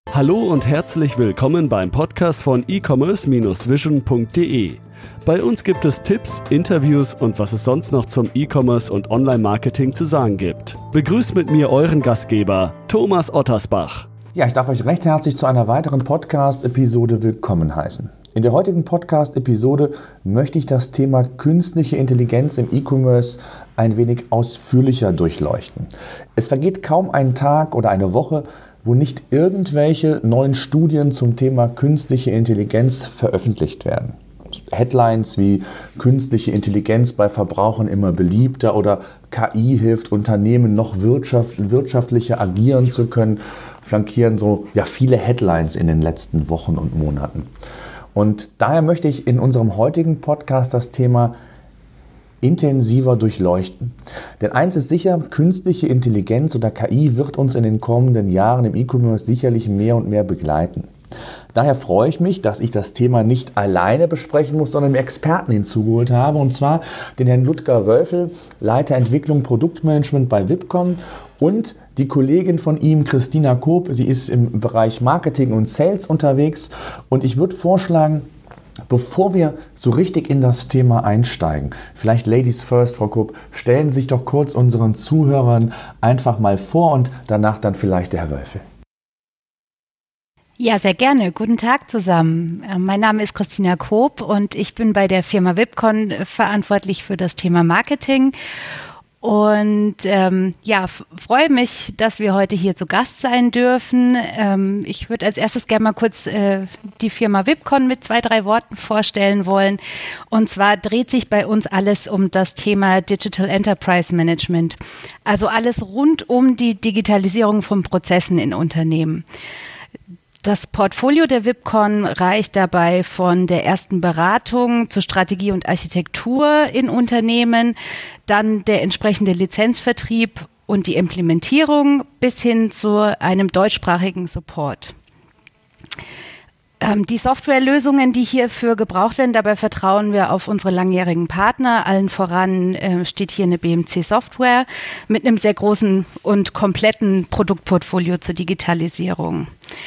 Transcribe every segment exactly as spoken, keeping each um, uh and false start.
Hallo und herzlich willkommen beim Podcast von e-commerce vision punkt de. Bei uns gibt es Tipps, Interviews und was es sonst noch zum E-Commerce und Online-Marketing zu sagen gibt. Begrüßt mit mir euren Gastgeber, Thomas Ottersbach. Ja, ich darf euch recht herzlich zu einer weiteren Podcast-Episode willkommen heißen. In der heutigen Podcast-Episode möchte ich das Thema künstliche Intelligenz im E-Commerce ein wenig ausführlicher durchleuchten. Es vergeht kaum ein Tag oder eine Woche, wo nicht irgendwelche neuen Studien zum Thema künstliche Intelligenz veröffentlicht werden. Headlines wie künstliche Intelligenz bei Verbrauchern immer beliebter oder K I hilft Unternehmen noch wirtschaft, wirtschaftlicher agieren zu können, flankieren so ja, viele Headlines in den letzten Wochen und Monaten. Und daher möchte ich in unserem heutigen Podcast das Thema intensiver durchleuchten. Denn eins ist sicher, künstliche Intelligenz oder K I wird uns in den kommenden Jahren im E-Commerce sicherlich mehr und mehr begleiten. Daher freue ich mich, dass ich das Thema nicht alleine besprechen muss, sondern Experten hinzugeholt habe, und zwar den Herrn Ludger Wölfel, Leiter Entwicklung Produktmanagement bei Wipcon, und die Kollegin von ihm, Christina Koop. Sie ist im Bereich Marketing und Sales unterwegs, und ich würde vorschlagen, bevor wir so richtig in das Thema einsteigen, vielleicht Ladies first, Frau Koop, stellen Sie sich doch kurz unseren Zuhörern einfach mal vor und danach dann vielleicht der Herr Wölfel. Ja, sehr gerne. Guten Tag zusammen. Mein Name ist Christina Koop und ich bin bei der Firma Wipcon verantwortlich für das Thema Marketing. Und ähm, ja, f- freue mich, dass wir heute hier zu Gast sein dürfen. Ähm, ich würde als erstes gerne mal kurz äh, die Firma Wipcon mit zwei, drei Worten vorstellen wollen. Und zwar dreht sich bei uns alles um das Thema Digital Enterprise Management. Also alles rund um die Digitalisierung von Prozessen in Unternehmen. Das Portfolio der Wipcon reicht dabei von der ersten Beratung zur Strategie und Architektur in Unternehmen, dann der entsprechende Lizenzvertrieb und die Implementierung bis hin zu einem deutschsprachigen Support. Ähm, die Softwarelösungen, die hierfür gebraucht werden, dabei vertrauen wir auf unsere langjährigen Partner. Allen voran äh, steht hier eine B M C Software mit einem sehr großen und kompletten Produktportfolio zur Digitalisierung.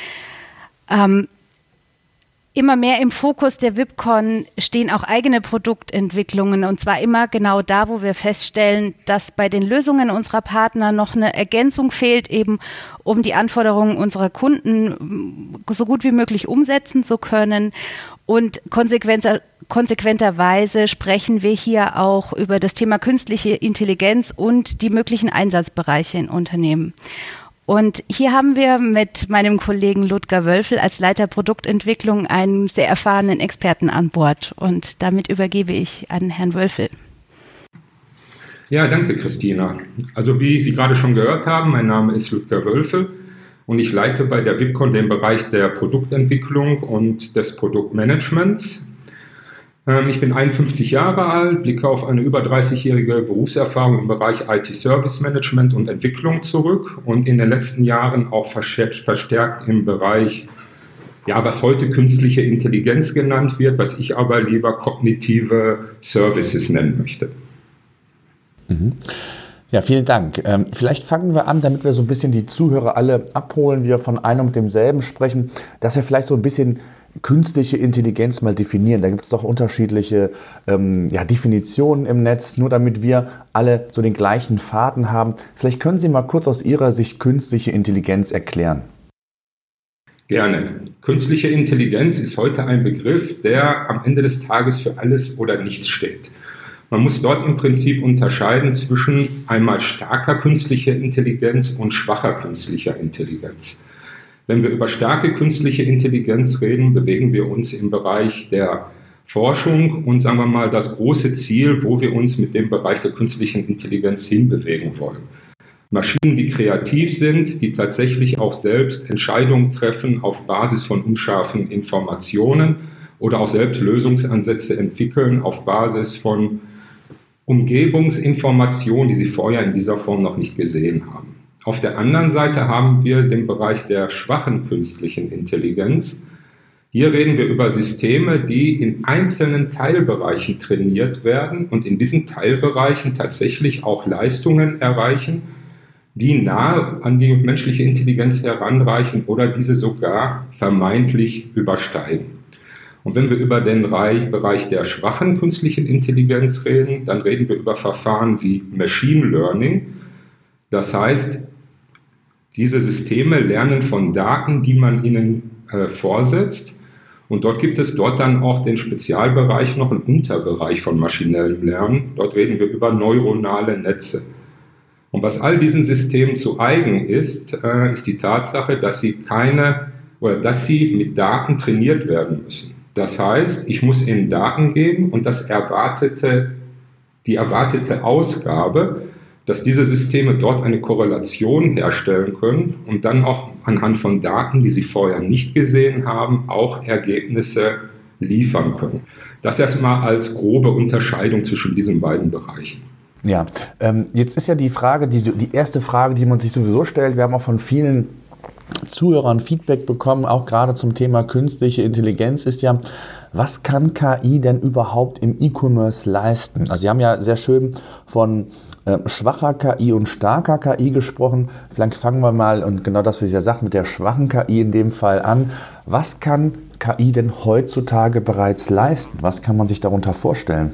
Ähm, immer mehr im Fokus der Wipcon stehen auch eigene Produktentwicklungen, und zwar immer genau da, wo wir feststellen, dass bei den Lösungen unserer Partner noch eine Ergänzung fehlt, eben um die Anforderungen unserer Kunden so gut wie möglich umsetzen zu können. Und konsequenter, konsequenterweise sprechen wir hier auch über das Thema künstliche Intelligenz und die möglichen Einsatzbereiche in Unternehmen. Und hier haben wir mit meinem Kollegen Ludger Wölfel als Leiter Produktentwicklung einen sehr erfahrenen Experten an Bord. Und damit übergebe ich an Herrn Wölfel. Ja, danke Christina. Also wie Sie gerade schon gehört haben, mein Name ist Ludger Wölfel und ich leite bei der Wipcon den Bereich der Produktentwicklung und des Produktmanagements. Ich bin einundfünfzig Jahre alt, blicke auf eine über dreißigjährige Berufserfahrung im Bereich I T-Service Management und Entwicklung zurück und in den letzten Jahren auch verstärkt im Bereich, ja, was heute künstliche Intelligenz genannt wird, was ich aber lieber kognitive Services nennen möchte. Mhm. Ja, vielen Dank. Ähm, vielleicht fangen wir an, damit wir so ein bisschen die Zuhörer alle abholen, wir von einem und demselben sprechen, dass wir vielleicht so ein bisschen künstliche Intelligenz mal definieren. Da gibt es doch unterschiedliche ähm, ja, Definitionen im Netz, nur damit wir alle so den gleichen Faden haben. Vielleicht können Sie mal kurz aus Ihrer Sicht künstliche Intelligenz erklären. Gerne. Künstliche Intelligenz ist heute ein Begriff, der am Ende des Tages für alles oder nichts steht. Man muss dort im Prinzip unterscheiden zwischen einmal starker künstlicher Intelligenz und schwacher künstlicher Intelligenz. Wenn wir über starke künstliche Intelligenz reden, bewegen wir uns im Bereich der Forschung und sagen wir mal das große Ziel, wo wir uns mit dem Bereich der künstlichen Intelligenz hinbewegen wollen. Maschinen, die kreativ sind, die tatsächlich auch selbst Entscheidungen treffen auf Basis von unscharfen Informationen oder auch selbst Lösungsansätze entwickeln auf Basis von Umgebungsinformationen, die sie vorher in dieser Form noch nicht gesehen haben. Auf der anderen Seite haben wir den Bereich der schwachen künstlichen Intelligenz. Hier reden wir über Systeme, die in einzelnen Teilbereichen trainiert werden und in diesen Teilbereichen tatsächlich auch Leistungen erreichen, die nahe an die menschliche Intelligenz heranreichen oder diese sogar vermeintlich übersteigen. Und wenn wir über den Bereich der schwachen künstlichen Intelligenz reden, dann reden wir über Verfahren wie Machine Learning. Das heißt, diese Systeme lernen von Daten, die man ihnen äh, vorsetzt. Und dort gibt es dort dann auch den Spezialbereich, noch einen Unterbereich von maschinellem Lernen. Dort reden wir über neuronale Netze. Und was all diesen Systemen zu eigen ist, äh, ist die Tatsache, dass sie keine oder dass sie mit Daten trainiert werden müssen. Das heißt, ich muss ihnen Daten geben und das erwartete, die erwartete Ausgabe, dass diese Systeme dort eine Korrelation herstellen können und dann auch anhand von Daten, die sie vorher nicht gesehen haben, auch Ergebnisse liefern können. Das erstmal als grobe Unterscheidung zwischen diesen beiden Bereichen. Ja, ähm, jetzt ist ja die Frage, die, die erste Frage, die man sich sowieso stellt, wir haben auch von vielen Zuhörern Feedback bekommen, auch gerade zum Thema künstliche Intelligenz, ist ja, was kann K I denn überhaupt im E-Commerce leisten? Also Sie haben ja sehr schön von äh, schwacher K I und starker K I gesprochen. Vielleicht fangen wir mal, und genau das, was Sie ja sagt, mit der schwachen K I in dem Fall an. Was kann K I denn heutzutage bereits leisten? Was kann man sich darunter vorstellen?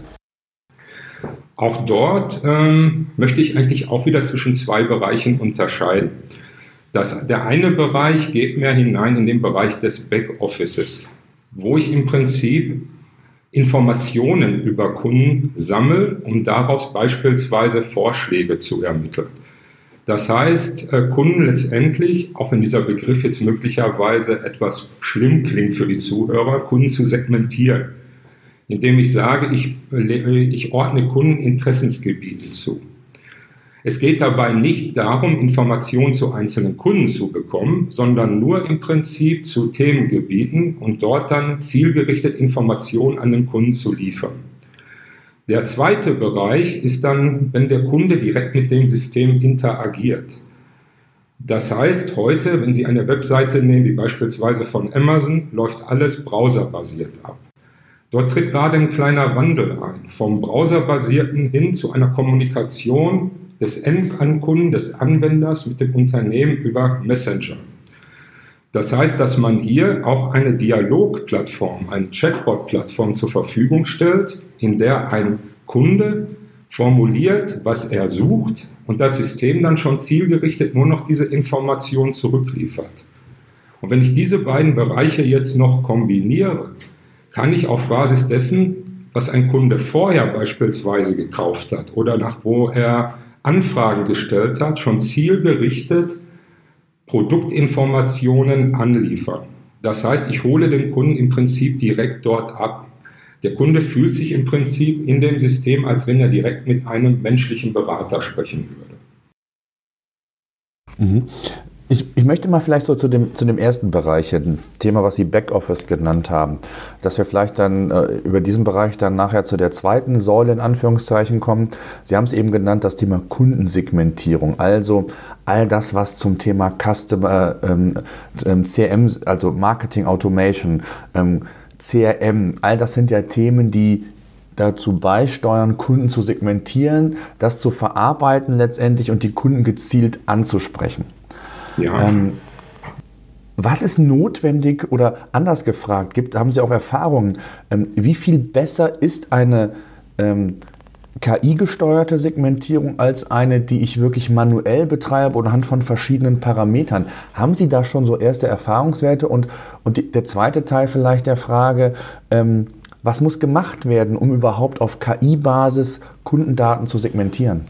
Auch dort ähm, möchte ich eigentlich auch wieder zwischen zwei Bereichen unterscheiden. Das, der eine Bereich geht mehr hinein in den Bereich des Backoffices, wo ich im Prinzip Informationen über Kunden sammle, um daraus beispielsweise Vorschläge zu ermitteln. Das heißt, Kunden letztendlich, auch wenn dieser Begriff jetzt möglicherweise etwas schlimm klingt für die Zuhörer, Kunden zu segmentieren, indem ich sage, ich, ich ordne Kunden Interessensgebieten zu. Es geht dabei nicht darum, Informationen zu einzelnen Kunden zu bekommen, sondern nur im Prinzip zu Themengebieten und dort dann zielgerichtet Informationen an den Kunden zu liefern. Der zweite Bereich ist dann, wenn der Kunde direkt mit dem System interagiert. Das heißt, heute, wenn Sie eine Webseite nehmen, wie beispielsweise von Amazon, läuft alles browserbasiert ab. Dort tritt gerade ein kleiner Wandel ein, vom browserbasierten hin zu einer Kommunikation des Endkunden, des Anwenders mit dem Unternehmen über Messenger. Das heißt, dass man hier auch eine Dialogplattform, eine Chatbot-Plattform zur Verfügung stellt, in der ein Kunde formuliert, was er sucht und das System dann schon zielgerichtet nur noch diese Information zurückliefert. Und wenn ich diese beiden Bereiche jetzt noch kombiniere, kann ich auf Basis dessen, was ein Kunde vorher beispielsweise gekauft hat oder nach wo er Anfragen gestellt hat, schon zielgerichtet Produktinformationen anliefern. Das heißt, ich hole den Kunden im Prinzip direkt dort ab. Der Kunde fühlt sich im Prinzip in dem System, als wenn er direkt mit einem menschlichen Berater sprechen würde. Mhm. Ich, ich möchte mal vielleicht so zu dem, zu dem ersten Bereich, ein Thema, was Sie Backoffice genannt haben, dass wir vielleicht dann äh, über diesen Bereich dann nachher zu der zweiten Säule in Anführungszeichen kommen. Sie haben es eben genannt, das Thema Kundensegmentierung, also all das, was zum Thema Customer, ähm, ähm, C R M, also Marketing Automation, ähm, C R M, all das sind ja Themen, die dazu beisteuern, Kunden zu segmentieren, das zu verarbeiten letztendlich und die Kunden gezielt anzusprechen. Ja. Ähm, was ist notwendig oder anders gefragt, gibt, haben Sie auch Erfahrungen, ähm, wie viel besser ist eine ähm, K I-gesteuerte Segmentierung als eine, die ich wirklich manuell betreibe oder anhand von verschiedenen Parametern? Haben Sie da schon so erste Erfahrungswerte? Und, und die, der zweite Teil vielleicht der Frage, ähm, was muss gemacht werden, um überhaupt auf K I-Basis Kundendaten zu segmentieren?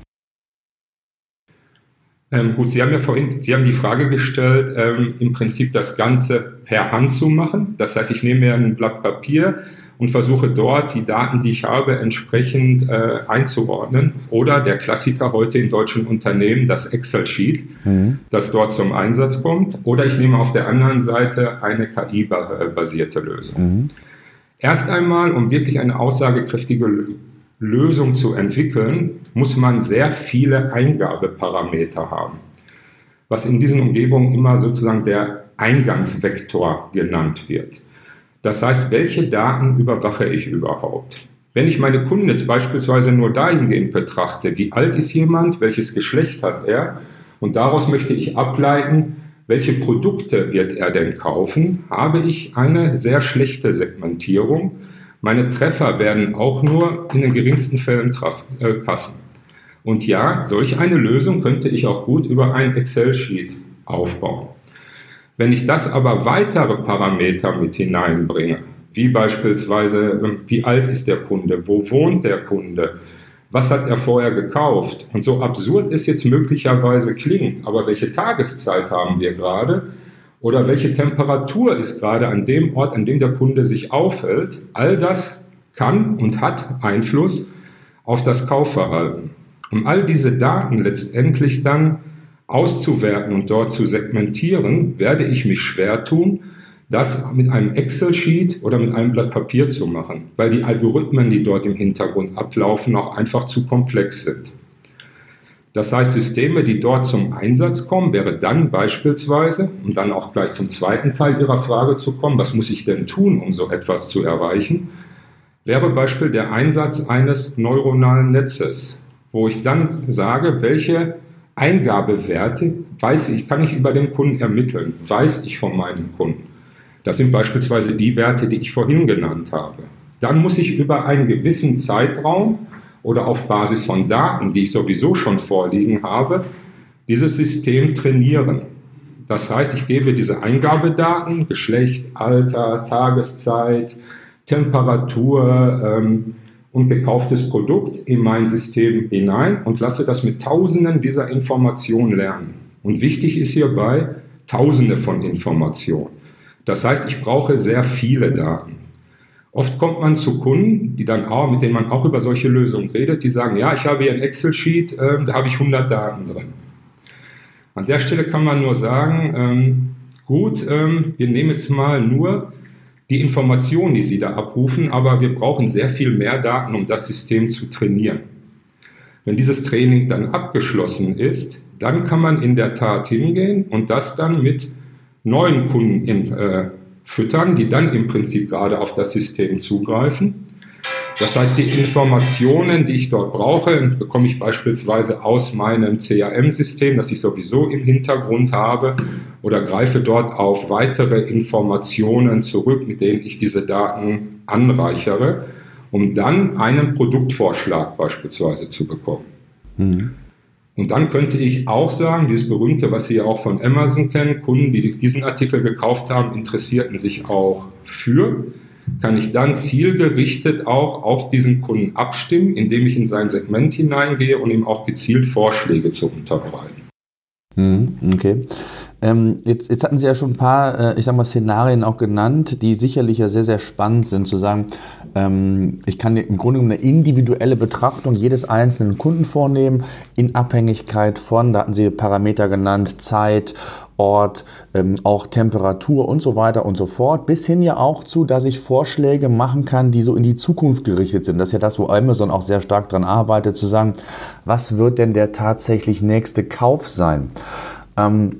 Ähm, gut, Sie haben ja vorhin, Sie haben die Frage gestellt, ähm, im Prinzip das Ganze per Hand zu machen. Das heißt, ich nehme mir ein Blatt Papier und versuche dort die Daten, die ich habe, entsprechend äh, einzuordnen. Oder der Klassiker heute in deutschen Unternehmen, das Excel-Sheet, mhm. das dort zum Einsatz kommt. Oder ich nehme auf der anderen Seite eine K I-basierte Lösung. Mhm. Erst einmal, um wirklich eine aussagekräftige Lösung zu entwickeln, muss man sehr viele Eingabeparameter haben, was in diesen Umgebungen immer sozusagen der Eingangsvektor genannt wird. Das heißt, welche Daten überwache ich überhaupt? Wenn ich meine Kunden jetzt beispielsweise nur dahingehend betrachte, wie alt ist jemand, welches Geschlecht hat er Und daraus möchte ich ableiten, welche Produkte wird er denn kaufen? Habe ich eine sehr schlechte Segmentierung? Meine Treffer werden auch nur in den geringsten Fällen traf, äh, passen. Und ja, solch eine Lösung könnte ich auch gut über ein Excel-Sheet aufbauen. Wenn ich das aber weitere Parameter mit hineinbringe, wie beispielsweise, wie alt ist der Kunde, wo wohnt der Kunde, was hat er vorher gekauft? Und so absurd es jetzt möglicherweise klingt, aber welche Tageszeit haben wir gerade? Oder welche Temperatur ist gerade an dem Ort, an dem der Kunde sich aufhält? All das kann und hat Einfluss auf das Kaufverhalten. Um all diese Daten letztendlich dann auszuwerten und dort zu segmentieren, werde ich mich schwer tun, das mit einem Excel-Sheet oder mit einem Blatt Papier zu machen, weil die Algorithmen, die dort im Hintergrund ablaufen, auch einfach zu komplex sind. Das heißt, Systeme, die dort zum Einsatz kommen, wäre dann beispielsweise, um dann auch gleich zum zweiten Teil Ihrer Frage zu kommen, was muss ich denn tun, um so etwas zu erreichen, wäre Beispiel der Einsatz eines neuronalen Netzes, wo ich dann sage, welche Eingabewerte weiß ich, kann ich über den Kunden ermitteln, weiß ich von meinem Kunden. Das sind beispielsweise die Werte, die ich vorhin genannt habe. Dann muss ich über einen gewissen Zeitraum oder auf Basis von Daten, die ich sowieso schon vorliegen habe, dieses System trainieren. Das heißt, ich gebe diese Eingabedaten, Geschlecht, Alter, Tageszeit, Temperatur ähm, und gekauftes Produkt in mein System hinein und lasse das mit Tausenden dieser Informationen lernen. Und wichtig ist hierbei Tausende von Informationen. Das heißt, ich brauche sehr viele Daten. Oft kommt man zu Kunden, die dann auch, mit denen man auch über solche Lösungen redet, die sagen, ja, ich habe hier ein Excel-Sheet, äh, da habe ich hundert Daten drin. An der Stelle kann man nur sagen, ähm, gut, ähm, wir nehmen jetzt mal nur die Informationen, die Sie da abrufen, aber wir brauchen sehr viel mehr Daten, um das System zu trainieren. Wenn dieses Training dann abgeschlossen ist, dann kann man in der Tat hingehen und das dann mit neuen Kunden in, äh, füttern, die dann im Prinzip gerade auf das System zugreifen. Das heißt, die Informationen, die ich dort brauche, bekomme ich beispielsweise aus meinem C R M-System, das ich sowieso im Hintergrund habe, oder greife dort auf weitere Informationen zurück, mit denen ich diese Daten anreichere, um dann einen Produktvorschlag beispielsweise zu bekommen. Mhm. Und dann könnte ich auch sagen, dieses berühmte, was Sie ja auch von Amazon kennen, Kunden, die diesen Artikel gekauft haben, interessierten sich auch für, kann ich dann zielgerichtet auch auf diesen Kunden abstimmen, indem ich in sein Segment hineingehe und ihm auch gezielt Vorschläge zu unterbreiten. Okay. Ähm, jetzt, jetzt hatten Sie ja schon ein paar, äh, ich sag mal, Szenarien auch genannt, die sicherlich ja sehr, sehr spannend sind, zu sagen, ähm, ich kann im Grunde genommen eine individuelle Betrachtung jedes einzelnen Kunden vornehmen, in Abhängigkeit von, da hatten Sie Parameter genannt, Zeit, Ort, ähm, auch Temperatur und so weiter und so fort, bis hin ja auch zu, dass ich Vorschläge machen kann, die so in die Zukunft gerichtet sind. Das ist ja das, wo Amazon auch sehr stark dran arbeitet, zu sagen, was wird denn der tatsächlich nächste Kauf sein? Ähm,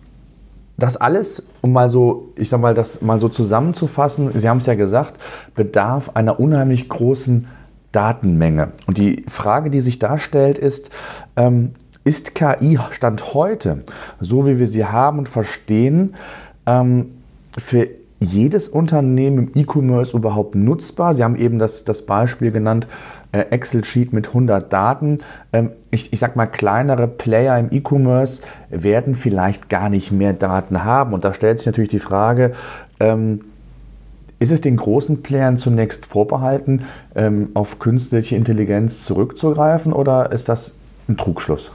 Das alles, um mal so, ich sag mal, das mal so zusammenzufassen, Sie haben es ja gesagt, bedarf einer unheimlich großen Datenmenge. Und die Frage, die sich da stellt, ist, ähm, ist K I Stand heute, so wie wir sie haben und verstehen, ähm, für jedes Unternehmen im E-Commerce überhaupt nutzbar? Sie haben eben das, das Beispiel genannt, äh, Excel-Sheet mit hundert Daten. Ähm, ich, ich sag mal, kleinere Player im E-Commerce werden vielleicht gar nicht mehr Daten haben. Und da stellt sich natürlich die Frage, ähm, ist es den großen Playern zunächst vorbehalten, ähm, auf künstliche Intelligenz zurückzugreifen, oder ist das ein Trugschluss?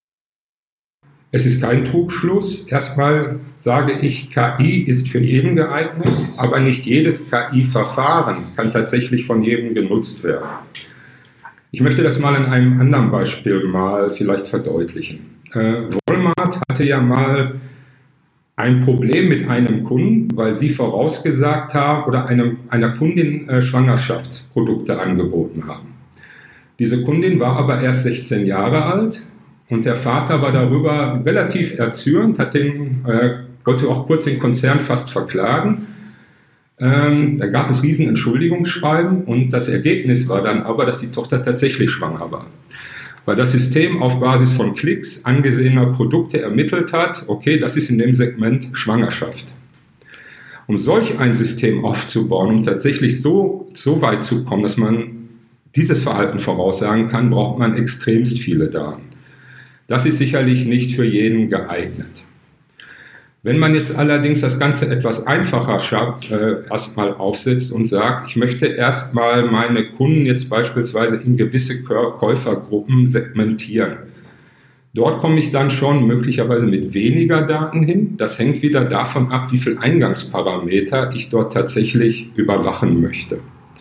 Es ist kein Trugschluss. Erstmal sage ich, K I ist für jeden geeignet, aber nicht jedes K I-Verfahren kann tatsächlich von jedem genutzt werden. Ich möchte das mal in einem anderen Beispiel mal vielleicht verdeutlichen. Äh, Walmart hatte ja mal ein Problem mit einem Kunden, weil sie vorausgesagt haben oder einem, einer Kundin äh, Schwangerschaftsprodukte angeboten haben. Diese Kundin war aber erst sechzehn Jahre alt. Und der Vater war darüber relativ erzürnt, hat den, äh, wollte auch kurz den Konzern fast verklagen. Ähm, da gab es riesen Entschuldigungsschreiben und das Ergebnis war dann aber, dass die Tochter tatsächlich schwanger war. weil das System auf Basis von Klicks angesehener Produkte ermittelt hat, okay, das ist in dem Segment Schwangerschaft. Um solch ein System aufzubauen, um tatsächlich so, so weit zu kommen, dass man dieses Verhalten voraussagen kann, braucht man extremst viele Daten. Das ist sicherlich nicht für jeden geeignet. Wenn man jetzt allerdings das Ganze etwas einfacher schafft, äh, erstmal aufsetzt und sagt, ich möchte erstmal meine Kunden jetzt beispielsweise in gewisse Käufergruppen segmentieren. Dort komme ich dann schon möglicherweise mit weniger Daten hin. Das hängt wieder davon ab, wie viele Eingangsparameter ich dort tatsächlich überwachen möchte.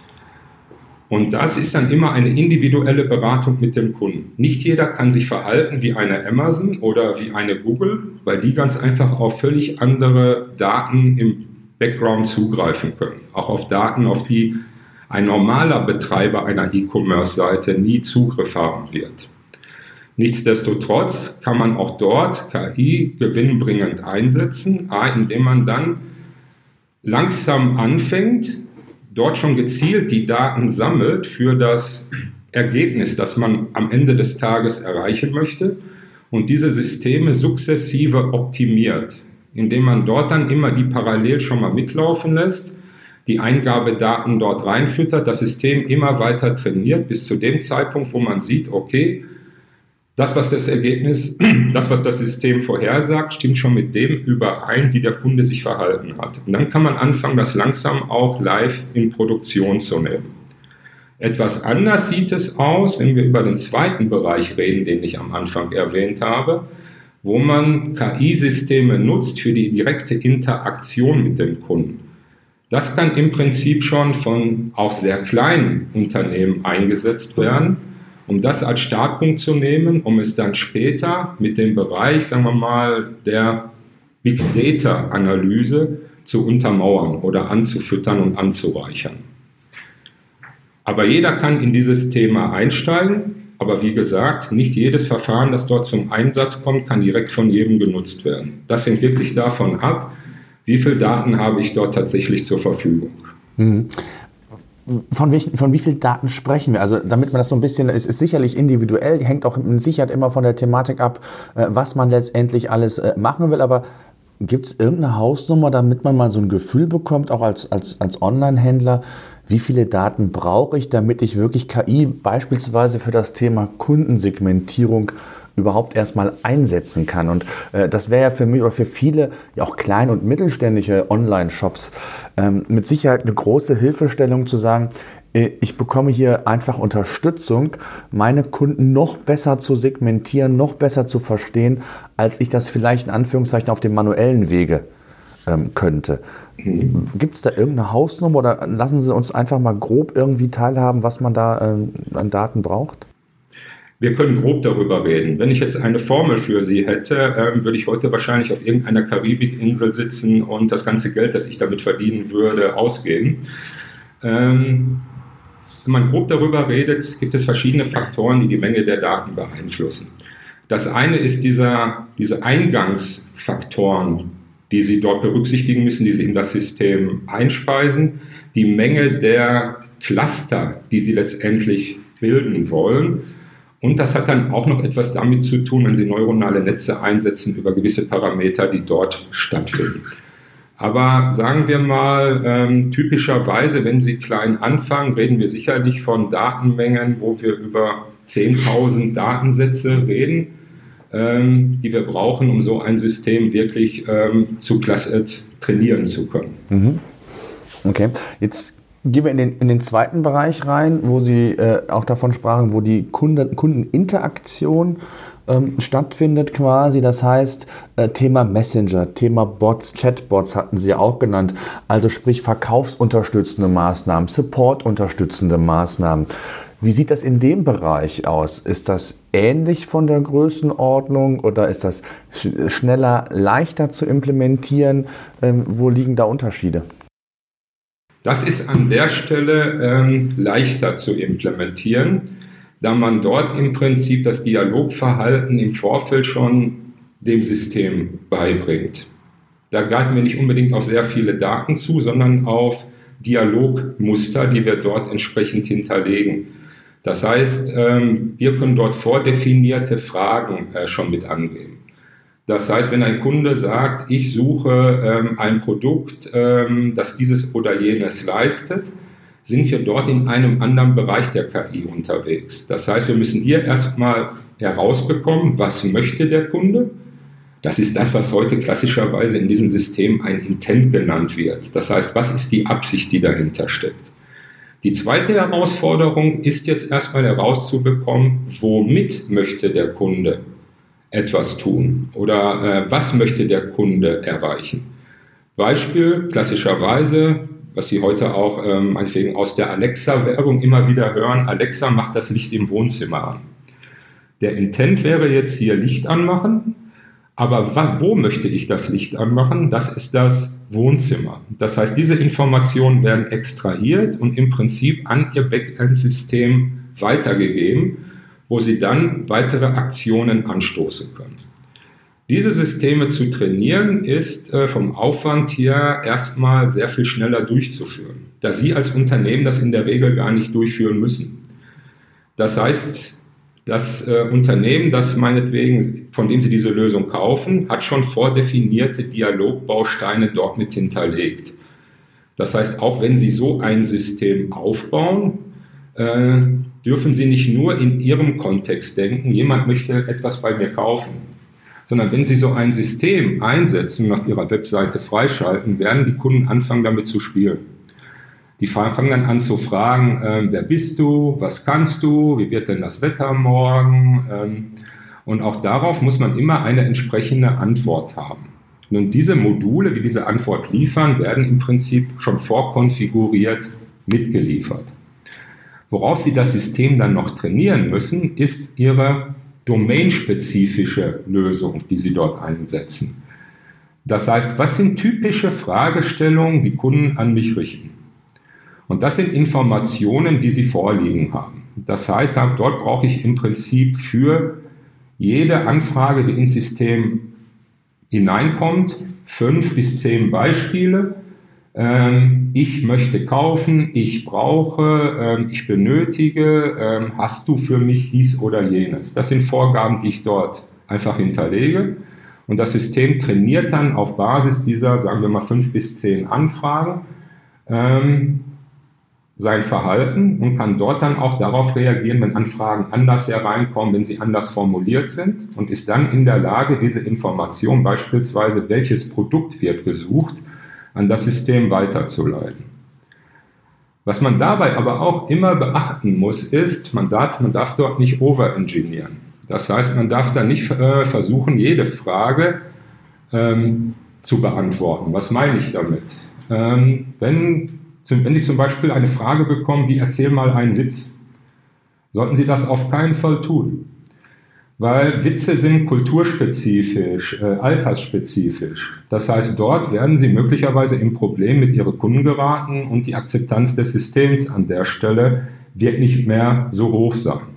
Und das ist dann immer eine individuelle Beratung mit dem Kunden. Nicht jeder kann sich verhalten wie eine Amazon oder wie eine Google, weil die ganz einfach auf völlig andere Daten im Background zugreifen können. Auch auf Daten, auf die ein normaler Betreiber einer E-Commerce-Seite nie Zugriff haben wird. Nichtsdestotrotz kann man auch dort K I gewinnbringend einsetzen, a, indem man dann langsam anfängt, dort schon gezielt die Daten sammelt für das Ergebnis, das man am Ende des Tages erreichen möchte und diese Systeme sukzessive optimiert, indem man dort dann immer die parallel schon mal mitlaufen lässt, die Eingabedaten dort reinfüttert, das System immer weiter trainiert bis zu dem Zeitpunkt, wo man sieht, okay, das, was das Ergebnis, das, was das System vorhersagt, stimmt schon mit dem überein, wie der Kunde sich verhalten hat. Und dann kann man anfangen, das langsam auch live in Produktion zu nehmen. Etwas anders sieht es aus, wenn wir über den zweiten Bereich reden, den ich am Anfang erwähnt habe, wo man K I-Systeme nutzt für die direkte Interaktion mit dem Kunden. Das kann im Prinzip schon von auch sehr kleinen Unternehmen eingesetzt werden, um das als Startpunkt zu nehmen, um es dann später mit dem Bereich, sagen wir mal, der Big Data Analyse zu untermauern oder anzufüttern und anzureichern. Aber jeder kann in dieses Thema einsteigen, aber wie gesagt, nicht jedes Verfahren, das dort zum Einsatz kommt, kann direkt von jedem genutzt werden. Das hängt wirklich davon ab, wie viele Daten habe ich dort tatsächlich zur Verfügung. Mhm. Von, welchen, von wie vielen Daten sprechen wir? Also damit man das so ein bisschen, es ist sicherlich individuell, hängt auch mit Sicherheit immer von der Thematik ab, was man letztendlich alles machen will, aber gibt es irgendeine Hausnummer, damit man mal so ein Gefühl bekommt, auch als, als, als Online-Händler, wie viele Daten brauche ich, damit ich wirklich K I beispielsweise für das Thema Kundensegmentierung überhaupt erstmal einsetzen kann. Und äh, das wäre ja für mich oder für viele, ja auch klein- und mittelständische Online-Shops, ähm, mit Sicherheit eine große Hilfestellung zu sagen, äh, ich bekomme hier einfach Unterstützung, meine Kunden noch besser zu segmentieren, noch besser zu verstehen, als ich das vielleicht in Anführungszeichen auf dem manuellen Wege ähm, könnte. Mhm. Gibt es da irgendeine Hausnummer oder lassen Sie uns einfach mal grob irgendwie teilhaben, was man da ähm, an Daten braucht? Wir können grob darüber reden. Wenn ich jetzt eine Formel für Sie hätte, ähm, würde ich heute wahrscheinlich auf irgendeiner Karibikinsel sitzen und das ganze Geld, das ich damit verdienen würde, ausgeben. Ähm, wenn man grob darüber redet, gibt es verschiedene Faktoren, die die Menge der Daten beeinflussen. Das eine ist dieser, diese Eingangsfaktoren, die Sie dort berücksichtigen müssen, die Sie in das System einspeisen, die Menge der Cluster, die Sie letztendlich bilden wollen. Und das hat dann auch noch etwas damit zu tun, wenn Sie neuronale Netze einsetzen über gewisse Parameter, die dort stattfinden. Aber sagen wir mal, ähm, typischerweise, wenn Sie klein anfangen, reden wir sicherlich von Datenmengen, wo wir über zehntausend Datensätze reden, ähm, die wir brauchen, um so ein System wirklich ähm, zu klasse, äh, trainieren zu können. Mhm. Okay, jetzt gehen wir in den, in den zweiten Bereich rein, wo Sie äh, auch davon sprachen, wo die Kunden, Kundeninteraktion ähm, stattfindet quasi. Das heißt, äh, Thema Messenger, Thema Bots, Chatbots hatten Sie ja auch genannt. Also sprich verkaufsunterstützende Maßnahmen, supportunterstützende Maßnahmen. Wie sieht das in dem Bereich aus? Ist das ähnlich von der Größenordnung oder ist das sch- schneller, leichter zu implementieren? Ähm, wo liegen da Unterschiede? Das ist an der Stelle ähm, leichter zu implementieren, da man dort im Prinzip das Dialogverhalten im Vorfeld schon dem System beibringt. Da greifen wir nicht unbedingt auf sehr viele Daten zu, sondern auf Dialogmuster, die wir dort entsprechend hinterlegen. Das heißt, wir können dort vordefinierte Fragen schon mit angeben. Das heißt, wenn ein Kunde sagt, ich suche ein Produkt, das dieses oder jenes leistet, sind wir dort in einem anderen Bereich der K I unterwegs. Das heißt, wir müssen hier erstmal herausbekommen, was möchte der Kunde. Das ist das, was heute klassischerweise in diesem System ein Intent genannt wird. Das heißt, was ist die Absicht, die dahinter steckt? Die zweite Herausforderung ist jetzt erstmal herauszubekommen, womit möchte der Kunde etwas tun oder äh, was möchte der Kunde erreichen. Beispiel klassischerweise, was Sie heute auch ähm, meinetwegen aus der Alexa-Werbung immer wieder hören, Alexa macht das Licht im Wohnzimmer an. Der Intent wäre jetzt hier Licht anmachen, aber wo möchte ich das Licht anmachen? Das ist das Wohnzimmer. Das heißt, diese Informationen werden extrahiert und im Prinzip an Ihr Backend-System weitergegeben, wo Sie dann weitere Aktionen anstoßen können. Diese Systeme zu trainieren, ist äh, vom Aufwand her erstmal sehr viel schneller durchzuführen, da Sie als Unternehmen das in der Regel gar nicht durchführen müssen. Das heißt, das äh, Unternehmen, das meinetwegen, von dem Sie diese Lösung kaufen, hat schon vordefinierte Dialogbausteine dort mit hinterlegt. Das heißt, auch wenn Sie so ein System aufbauen, äh, dürfen Sie nicht nur in Ihrem Kontext denken, jemand möchte etwas bei mir kaufen, sondern wenn Sie so ein System einsetzen und auf Ihrer Webseite freischalten, werden die Kunden anfangen, damit zu spielen. Die fangen dann an zu fragen, äh, wer bist du, was kannst du, wie wird denn das Wetter morgen? Ähm, und auch darauf muss man immer eine entsprechende Antwort haben. Nun, diese Module, die diese Antwort liefern, werden im Prinzip schon vorkonfiguriert mitgeliefert. Worauf Sie das System dann noch trainieren müssen, ist Ihre domainspezifische Lösung, die Sie dort einsetzen. Das heißt, was sind typische Fragestellungen, die Kunden an mich richten? Und das sind Informationen, die Sie vorliegen haben. Das heißt, dort brauche ich im Prinzip für jede Anfrage, die ins System hineinkommt, fünf bis zehn Beispiele. Ähm, ich möchte kaufen, ich brauche, ähm, ich benötige, ähm, hast du für mich dies oder jenes? Das sind Vorgaben, die ich dort einfach hinterlege. Und das System trainiert dann auf Basis dieser, sagen wir mal, fünf bis zehn Anfragen, ähm, sein Verhalten und kann dort dann auch darauf reagieren, wenn Anfragen anders hereinkommen, wenn sie anders formuliert sind und ist dann in der Lage, diese Information, beispielsweise welches Produkt wird gesucht, an das System weiterzuleiten. Was man dabei aber auch immer beachten muss, ist, man darf, man darf dort nicht overengineeren. Das heißt, man darf da nicht äh, versuchen, jede Frage ähm, zu beantworten. Was meine ich damit? Ähm, wenn Wenn Sie zum Beispiel eine Frage bekommen, die erzähl mal einen Witz, sollten Sie das auf keinen Fall tun. Weil Witze sind kulturspezifisch, äh, altersspezifisch. Das heißt, dort werden Sie möglicherweise in Problem mit Ihren Kunden geraten und die Akzeptanz des Systems an der Stelle wird nicht mehr so hoch sein.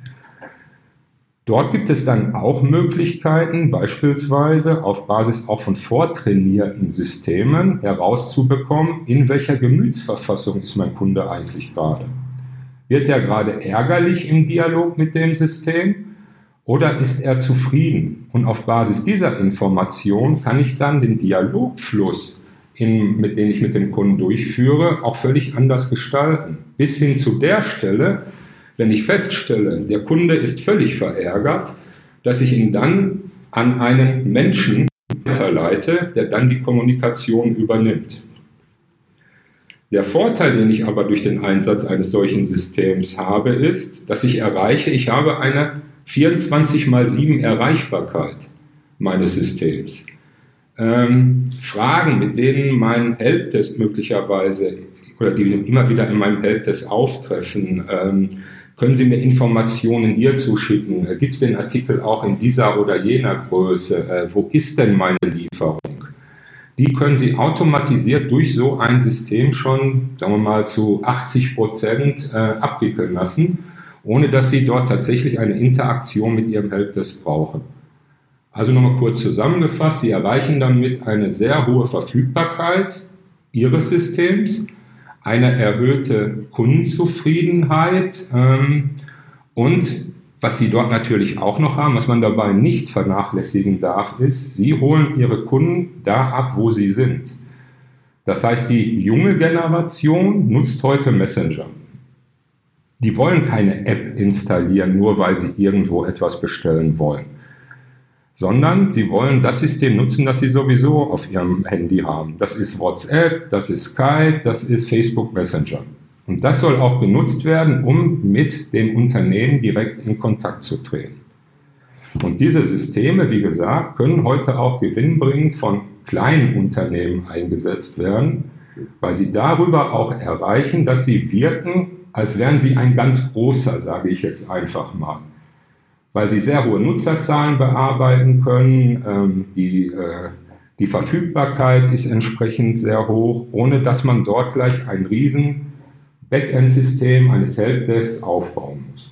Dort gibt es dann auch Möglichkeiten, beispielsweise auf Basis auch von vortrainierten Systemen herauszubekommen, in welcher Gemütsverfassung ist mein Kunde eigentlich gerade. Wird er gerade ärgerlich im Dialog mit dem System oder ist er zufrieden? Und auf Basis dieser Information kann ich dann den Dialogfluss, in, mit dem ich mit dem Kunden durchführe, auch völlig anders gestalten. Bis hin zu der Stelle, wenn ich feststelle, der Kunde ist völlig verärgert, dass ich ihn dann an einen Menschen weiterleite, der dann die Kommunikation übernimmt. Der Vorteil, den ich aber durch den Einsatz eines solchen Systems habe, ist, dass ich erreiche, ich habe eine vierundzwanzig mal sieben Erreichbarkeit meines Systems. Ähm, Fragen, mit denen mein Helpdesk möglicherweise oder die immer wieder in meinem Helpdesk auftreffen, ähm, können Sie mir Informationen hierzu schicken? Äh, Gibt es den Artikel auch in dieser oder jener Größe? Äh, wo ist denn meine Lieferung? Die können Sie automatisiert durch so ein System schon, sagen wir mal, zu achtzig Prozent äh, abwickeln lassen, ohne dass Sie dort tatsächlich eine Interaktion mit Ihrem Helpdesk brauchen. Also nochmal kurz zusammengefasst, Sie erreichen damit eine sehr hohe Verfügbarkeit Ihres Systems, eine erhöhte Kundenzufriedenheit ähm, und was Sie dort natürlich auch noch haben, was man dabei nicht vernachlässigen darf, ist, Sie holen Ihre Kunden da ab, wo sie sind. Das heißt, die junge Generation nutzt heute Messenger. Die wollen keine App installieren, nur weil sie irgendwo etwas bestellen wollen, sondern sie wollen das System nutzen, das sie sowieso auf ihrem Handy haben. Das ist WhatsApp, das ist Skype, das ist Facebook Messenger. Und das soll auch genutzt werden, um mit dem Unternehmen direkt in Kontakt zu treten. Und diese Systeme, wie gesagt, können heute auch gewinnbringend von kleinen Unternehmen eingesetzt werden, weil sie darüber auch erreichen, dass sie wirken, als wären sie ein ganz großer, sage ich jetzt einfach mal. Weil sie sehr hohe Nutzerzahlen bearbeiten können, ähm, die, äh, die Verfügbarkeit ist entsprechend sehr hoch, ohne dass man dort gleich ein riesen Backend-System eines Helpdesks aufbauen muss.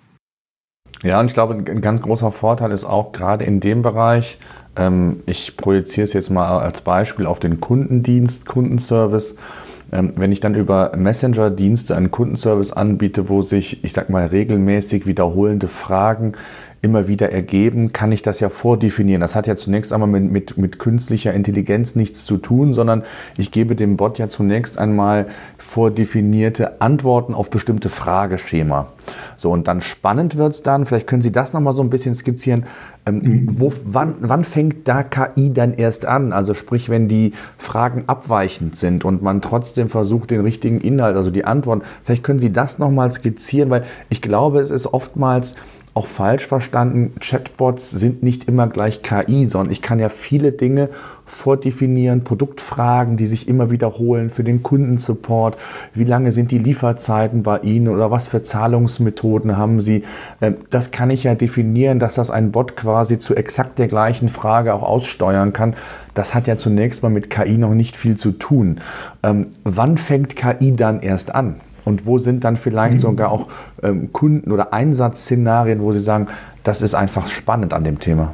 Ja, und ich glaube, ein ganz großer Vorteil ist auch gerade in dem Bereich, ähm, ich projiziere es jetzt mal als Beispiel auf den Kundendienst, Kundenservice. Ähm, wenn ich dann über Messenger-Dienste einen Kundenservice anbiete, wo sich, ich sag mal, regelmäßig wiederholende Fragen immer wieder ergeben, kann ich das ja vordefinieren. Das hat ja zunächst einmal mit, mit, mit künstlicher Intelligenz nichts zu tun, sondern ich gebe dem Bot ja zunächst einmal vordefinierte Antworten auf bestimmte Frageschema. So, und dann spannend wird es dann, vielleicht können Sie das nochmal so ein bisschen skizzieren, ähm, wo, wann, wann fängt da K I dann erst an? Also sprich, wenn die Fragen abweichend sind und man trotzdem versucht, den richtigen Inhalt, also die Antworten, vielleicht können Sie das nochmal skizzieren, weil ich glaube, es ist oftmals auch falsch verstanden, Chatbots sind nicht immer gleich K I, sondern ich kann ja viele Dinge vordefinieren, Produktfragen, die sich immer wiederholen für den Kundensupport. Wie lange sind die Lieferzeiten bei Ihnen oder was für Zahlungsmethoden haben Sie? Das kann ich ja definieren, dass das ein Bot quasi zu exakt der gleichen Frage auch aussteuern kann. Das hat ja zunächst mal mit K I noch nicht viel zu tun. Ähm, wann fängt K I dann erst an? Und wo sind dann vielleicht sogar auch ähm, Kunden- oder Einsatzszenarien, wo Sie sagen, das ist einfach spannend an dem Thema?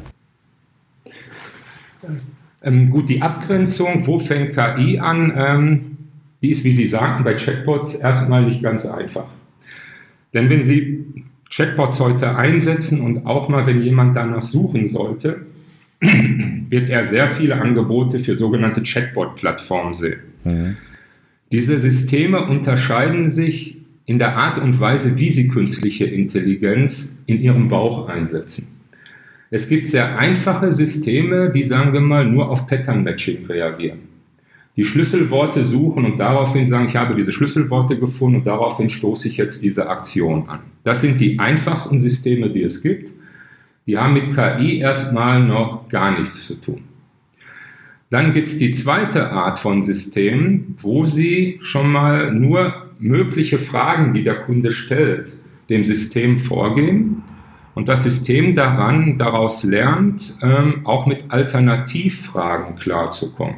Ähm, gut, die Abgrenzung, wo fängt K I an, ähm, die ist, wie Sie sagten, bei Chatbots erstmal nicht ganz einfach. Denn wenn Sie Chatbots heute einsetzen und auch mal, wenn jemand danach suchen sollte, wird er sehr viele Angebote für sogenannte Chatbot-Plattformen sehen. Mhm. Diese Systeme unterscheiden sich in der Art und Weise, wie sie künstliche Intelligenz in ihrem Bauch einsetzen. Es gibt sehr einfache Systeme, die, sagen wir mal, nur auf Pattern-Matching reagieren. Die Schlüsselworte suchen und daraufhin sagen, ich habe diese Schlüsselworte gefunden und daraufhin stoße ich jetzt diese Aktion an. Das sind die einfachsten Systeme, die es gibt. Die haben mit K I erstmal noch gar nichts zu tun. Dann gibt es die zweite Art von Systemen, wo Sie schon mal nur mögliche Fragen, die der Kunde stellt, dem System vorgeben und das System daran, daraus lernt, ähm, auch mit Alternativfragen klarzukommen.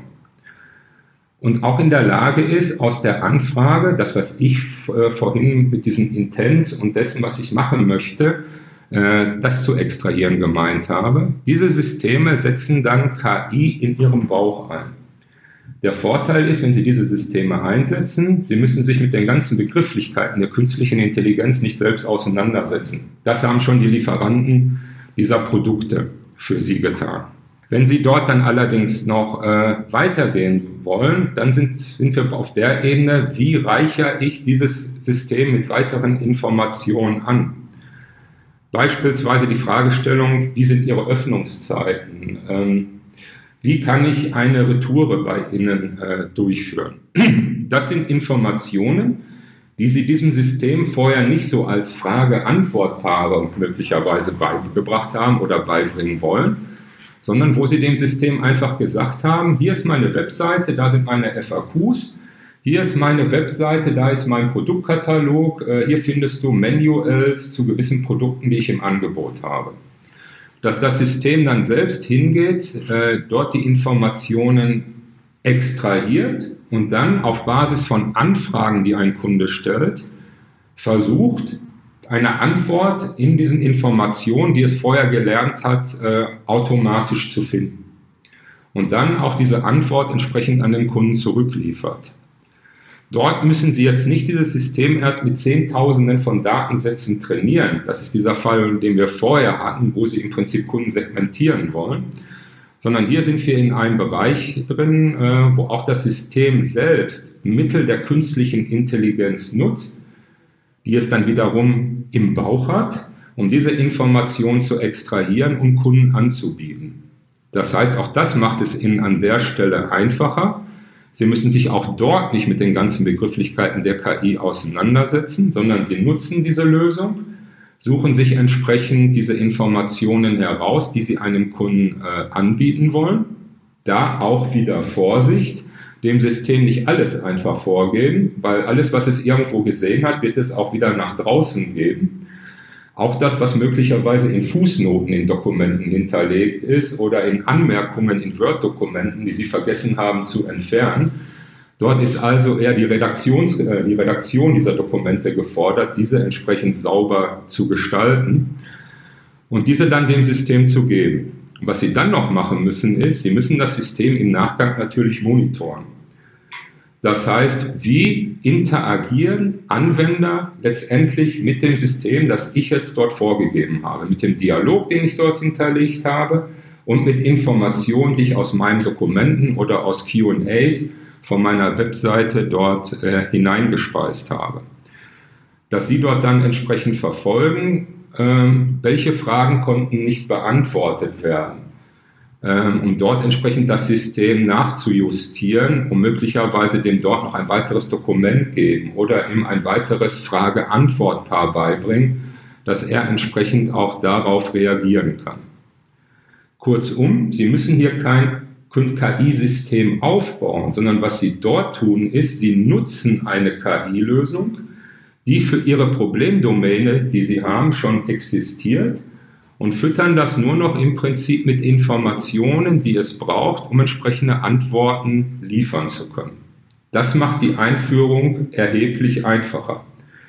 Und auch in der Lage ist, aus der Anfrage, das, was ich äh, vorhin mit diesem Intents und dessen, was ich machen möchte, das zu extrahieren gemeint habe. Diese Systeme setzen dann K I in ihrem Bauch ein. Der Vorteil ist, wenn Sie diese Systeme einsetzen, Sie müssen sich mit den ganzen Begrifflichkeiten der künstlichen Intelligenz nicht selbst auseinandersetzen. Das haben schon die Lieferanten dieser Produkte für Sie getan. Wenn Sie dort dann allerdings noch äh, weitergehen wollen, dann sind, sind wir auf der Ebene, wie reichere ich dieses System mit weiteren Informationen an. Beispielsweise die Fragestellung, wie sind Ihre Öffnungszeiten? Ähm, wie kann ich eine Retoure bei Ihnen äh, durchführen? Das sind Informationen, die Sie diesem System vorher nicht so als Frage-Antwort-Paare möglicherweise beigebracht haben oder beibringen wollen, sondern wo Sie dem System einfach gesagt haben, hier ist meine Webseite, da sind meine F A Qs, hier ist meine Webseite, da ist mein Produktkatalog, hier findest du Manuals zu gewissen Produkten, die ich im Angebot habe. Dass das System dann selbst hingeht, dort die Informationen extrahiert und dann auf Basis von Anfragen, die ein Kunde stellt, versucht, eine Antwort in diesen Informationen, die es vorher gelernt hat, automatisch zu finden. Und dann auch diese Antwort entsprechend an den Kunden zurückliefert. Dort müssen Sie jetzt nicht dieses System erst mit Zehntausenden von Datensätzen trainieren. Das ist dieser Fall, den wir vorher hatten, wo Sie im Prinzip Kunden segmentieren wollen. Sondern hier sind wir in einem Bereich drin, wo auch das System selbst Mittel der künstlichen Intelligenz nutzt, die es dann wiederum im Bauch hat, um diese Information zu extrahieren und Kunden anzubieten. Das heißt, auch das macht es Ihnen an der Stelle einfacher. Sie müssen sich auch dort nicht mit den ganzen Begrifflichkeiten der K I auseinandersetzen, sondern Sie nutzen diese Lösung, suchen sich entsprechend diese Informationen heraus, die Sie einem Kunden äh, anbieten wollen. Da auch wieder Vorsicht, dem System nicht alles einfach vorgeben, weil alles, was es irgendwo gesehen hat, wird es auch wieder nach draußen geben. Auch das, was möglicherweise in Fußnoten in Dokumenten hinterlegt ist oder in Anmerkungen in Word-Dokumenten, die Sie vergessen haben zu entfernen. Dort ist also eher die, Redaktions, äh, die Redaktion dieser Dokumente gefordert, diese entsprechend sauber zu gestalten und diese dann dem System zu geben. Was Sie dann noch machen müssen, ist, Sie müssen das System im Nachgang natürlich monitoren. Das heißt, wie interagieren Anwender letztendlich mit dem System, das ich jetzt dort vorgegeben habe, mit dem Dialog, den ich dort hinterlegt habe und mit Informationen, die ich aus meinen Dokumenten oder aus Q und A's von meiner Webseite dort äh, hineingespeist habe. Dass Sie dort dann entsprechend verfolgen, ähm, welche Fragen konnten nicht beantwortet werden, um dort entsprechend das System nachzujustieren, um möglicherweise dem dort noch ein weiteres Dokument geben oder ihm ein weiteres Frage-Antwort-Paar beibringen, dass er entsprechend auch darauf reagieren kann. Kurzum, Sie müssen hier kein K I-System aufbauen, sondern was Sie dort tun, ist, Sie nutzen eine K I-Lösung, die für Ihre Problemdomäne, die Sie haben, schon existiert, und füttern das nur noch im Prinzip mit Informationen, die es braucht, um entsprechende Antworten liefern zu können. Das macht die Einführung erheblich einfacher.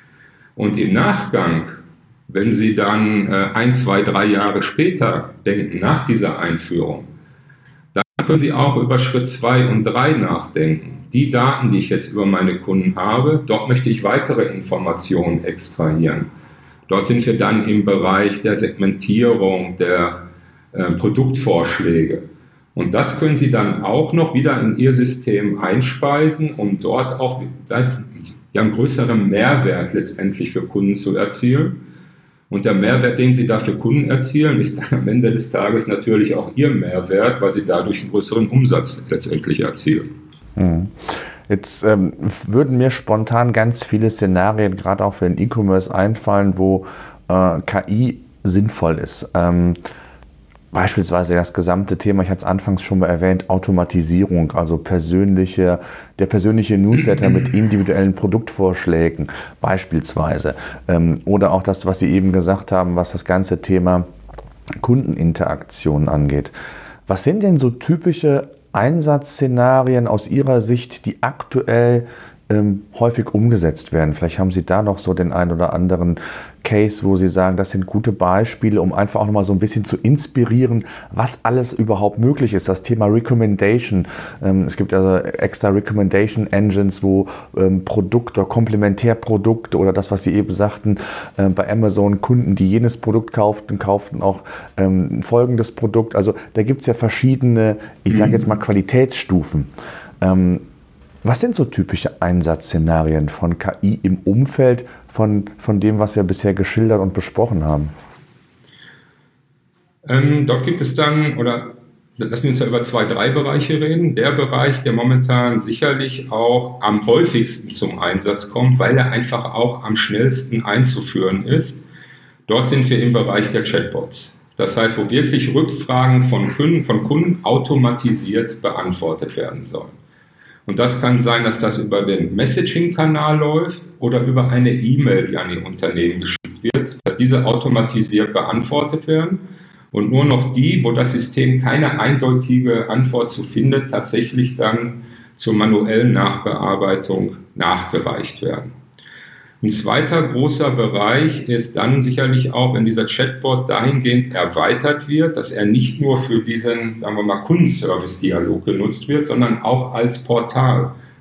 Und im Nachgang, wenn Sie dann äh, ein, zwei, drei Jahre später denken, nach dieser Einführung, dann können Sie auch über Schritt zwei und drei nachdenken. Die Daten, die ich jetzt über meine Kunden habe, dort möchte ich weitere Informationen extrahieren. Dort sind wir dann im Bereich der Segmentierung, der äh, Produktvorschläge. Und das können Sie dann auch noch wieder in Ihr System einspeisen, um dort auch ja, einen größeren Mehrwert letztendlich für Kunden zu erzielen. Und der Mehrwert, den Sie da für Kunden erzielen, ist dann am Ende des Tages natürlich auch Ihr Mehrwert, weil Sie dadurch einen größeren Umsatz letztendlich erzielen. Mhm. Jetzt ähm, würden mir spontan ganz viele Szenarien, gerade auch für den E-Commerce, einfallen, wo äh, K I sinnvoll ist. Ähm, beispielsweise das gesamte Thema, ich hatte es anfangs schon mal erwähnt, Automatisierung, also persönliche, der persönliche Newsletter mit individuellen Produktvorschlägen beispielsweise. Ähm, oder auch das, was Sie eben gesagt haben, was das ganze Thema Kundeninteraktion angeht. Was sind denn so typische Einsatzszenarien aus Ihrer Sicht, die aktuell ähm, häufig umgesetzt werden? Vielleicht haben Sie da noch so den einen oder anderen Case, wo Sie sagen, das sind gute Beispiele, um einfach auch nochmal so ein bisschen zu inspirieren, was alles überhaupt möglich ist. Das Thema Recommendation. Ähm, es gibt also extra Recommendation Engines, wo ähm, Produkte oder Komplementärprodukte oder das, was Sie eben sagten, äh, bei Amazon Kunden, die jenes Produkt kauften, kauften auch ähm, ein folgendes Produkt. Also da gibt es ja verschiedene, ich sage jetzt mal Qualitätsstufen. Ähm, Was sind so typische Einsatzszenarien von K I im Umfeld von, von dem, was wir bisher geschildert und besprochen haben? Ähm, dort gibt es dann, oder lassen wir uns ja über zwei, drei Bereiche reden. Der Bereich, der momentan sicherlich auch am häufigsten zum Einsatz kommt, weil er einfach auch am schnellsten einzuführen ist. Dort sind wir im Bereich der Chatbots. Das heißt, wo wirklich Rückfragen von Kunden, von Kunden automatisiert beantwortet werden sollen. Und das kann sein, dass das über den Messaging-Kanal läuft oder über eine E-Mail, die an die Unternehmen geschickt wird, dass diese automatisiert beantwortet werden und nur noch die, wo das System keine eindeutige Antwort zu findet, tatsächlich dann zur manuellen Nachbearbeitung nachgereicht werden. Ein zweiter großer Bereich ist dann sicherlich auch, wenn dieser Chatbot dahingehend erweitert wird, dass er nicht nur für diesen, sagen wir mal, Kundenservice-Dialog genutzt wird, sondern auch als Portal.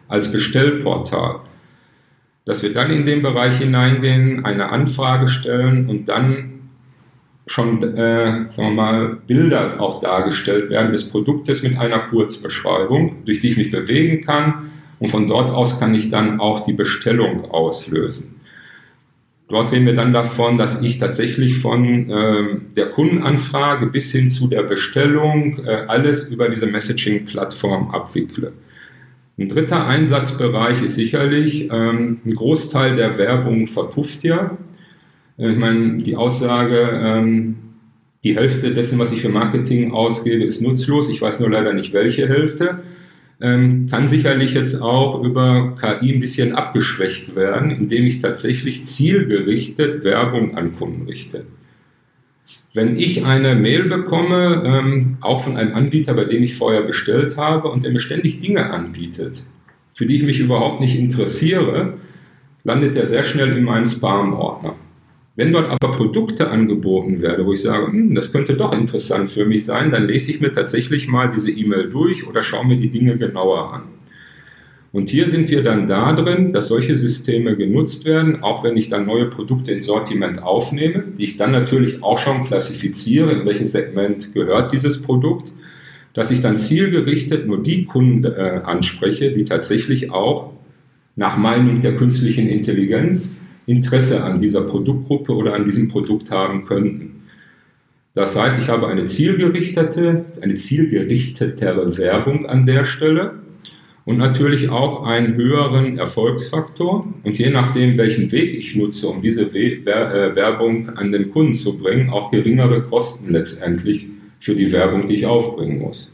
als Bestellportal. Dass wir dann in den Bereich hineingehen, eine Anfrage stellen und dann schon äh, sagen wir mal, Bilder auch dargestellt werden des Produktes mit einer Kurzbeschreibung, durch die ich mich bewegen kann, und von dort aus kann ich dann auch die Bestellung auslösen. Dort reden wir dann davon, dass ich tatsächlich von äh, der Kundenanfrage bis hin zu der Bestellung äh, alles über diese Messaging-Plattform abwickle. Ein dritter Einsatzbereich ist sicherlich, ähm, ein Großteil der Werbung verpufft ja. Ich meine, die Aussage, ähm, die Hälfte dessen, was ich für Marketing ausgebe, ist nutzlos. Ich weiß nur leider nicht, welche Hälfte. Ähm, kann sicherlich jetzt auch über K I ein bisschen abgeschwächt werden, indem ich tatsächlich zielgerichtet Werbung an Kunden richte. Wenn ich eine Mail bekomme, ähm, auch von einem Anbieter, bei dem ich vorher bestellt habe und der mir ständig Dinge anbietet, für die ich mich überhaupt nicht interessiere, landet er sehr schnell in meinem Spam-Ordner. Wenn dort aber Produkte angeboten werden, wo ich sage, hm, das könnte doch interessant für mich sein, dann lese ich mir tatsächlich mal diese E-Mail durch oder schaue mir die Dinge genauer an. Und hier sind wir dann da drin, dass solche Systeme genutzt werden, auch wenn ich dann neue Produkte ins Sortiment aufnehme, die ich dann natürlich auch schon klassifiziere, in welches Segment gehört dieses Produkt, dass ich dann zielgerichtet nur die Kunden äh, anspreche, die tatsächlich auch nach Meinung der künstlichen Intelligenz Interesse an dieser Produktgruppe oder an diesem Produkt haben könnten. Das heißt, ich habe eine zielgerichtete, eine zielgerichtetere Werbung an der Stelle und natürlich auch einen höheren Erfolgsfaktor. Und je nachdem, welchen Weg ich nutze, um diese Werbung an den Kunden zu bringen, auch geringere Kosten letztendlich für die Werbung, die ich aufbringen muss.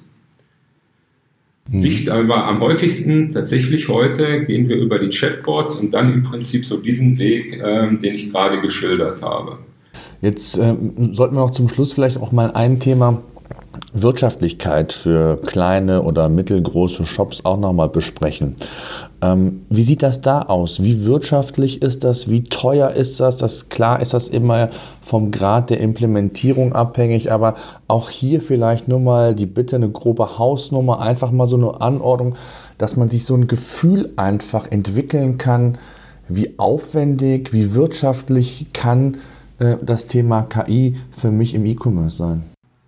Wichtig, aber am häufigsten tatsächlich heute gehen wir über die Chatbots und dann im Prinzip so diesen Weg, ähm, den ich gerade geschildert habe. Jetzt ähm, sollten wir noch zum Schluss vielleicht auch mal ein Thema Wirtschaftlichkeit für kleine oder mittelgroße Shops auch nochmal besprechen. Ähm, wie sieht das da aus? Wie wirtschaftlich ist das? Wie teuer ist das? Das klar ist das immer vom Grad der Implementierung abhängig, aber auch hier vielleicht nur mal die Bitte, eine grobe Hausnummer, einfach mal so eine Anordnung, dass man sich so ein Gefühl einfach entwickeln kann, wie aufwendig, wie wirtschaftlich kann äh, das Thema K I für mich im E-Commerce sein.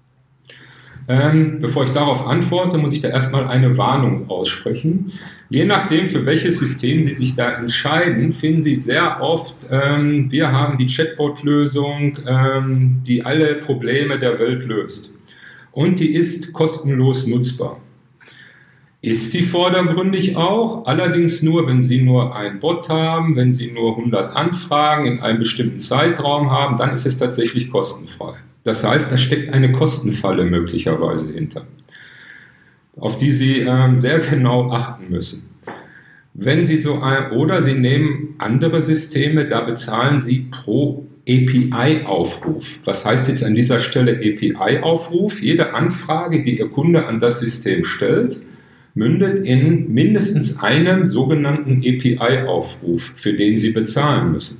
Ähm, bevor ich darauf antworte, muss ich da erstmal eine Warnung aussprechen. Je nachdem, für welches System Sie sich da entscheiden, finden Sie sehr oft, ähm, wir haben die Chatbot-Lösung, ähm, die alle Probleme der Welt löst. Und die ist kostenlos nutzbar. Ist sie vordergründig auch, allerdings nur, wenn Sie nur einen Bot haben, wenn Sie nur hundert Anfragen in einem bestimmten Zeitraum haben, dann ist es tatsächlich kostenfrei. Das heißt, da steckt eine Kostenfalle möglicherweise hinter, auf die Sie ähm, sehr genau achten müssen. Wenn Sie so ein, oder Sie nehmen andere Systeme, da bezahlen Sie pro A P I-Aufruf. Was heißt jetzt an dieser Stelle A P I-Aufruf? Jede Anfrage, die Ihr Kunde an das System stellt, mündet in mindestens einem sogenannten A P I-Aufruf, für den Sie bezahlen müssen.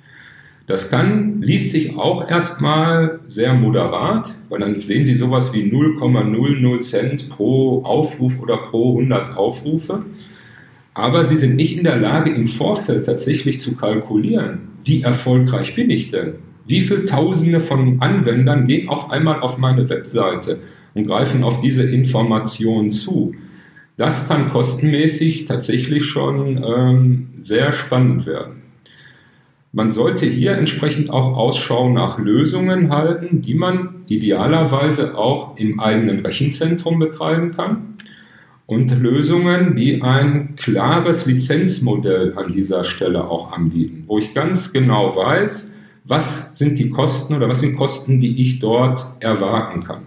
Das kann, liest sich auch erstmal sehr moderat, weil dann sehen Sie sowas wie null Komma null null Cent pro Aufruf oder pro hundert Aufrufe. Aber Sie sind nicht in der Lage, im Vorfeld tatsächlich zu kalkulieren, wie erfolgreich bin ich denn? Wie viele Tausende von Anwendern gehen auf einmal auf meine Webseite und greifen auf diese Informationen zu? Das kann kostenmäßig tatsächlich schon ähm, sehr spannend werden. Man sollte hier entsprechend auch Ausschau nach Lösungen halten, die man idealerweise auch im eigenen Rechenzentrum betreiben kann und Lösungen, die ein klares Lizenzmodell an dieser Stelle auch anbieten, wo ich ganz genau weiß, was sind die Kosten oder was sind Kosten, die ich dort erwarten kann.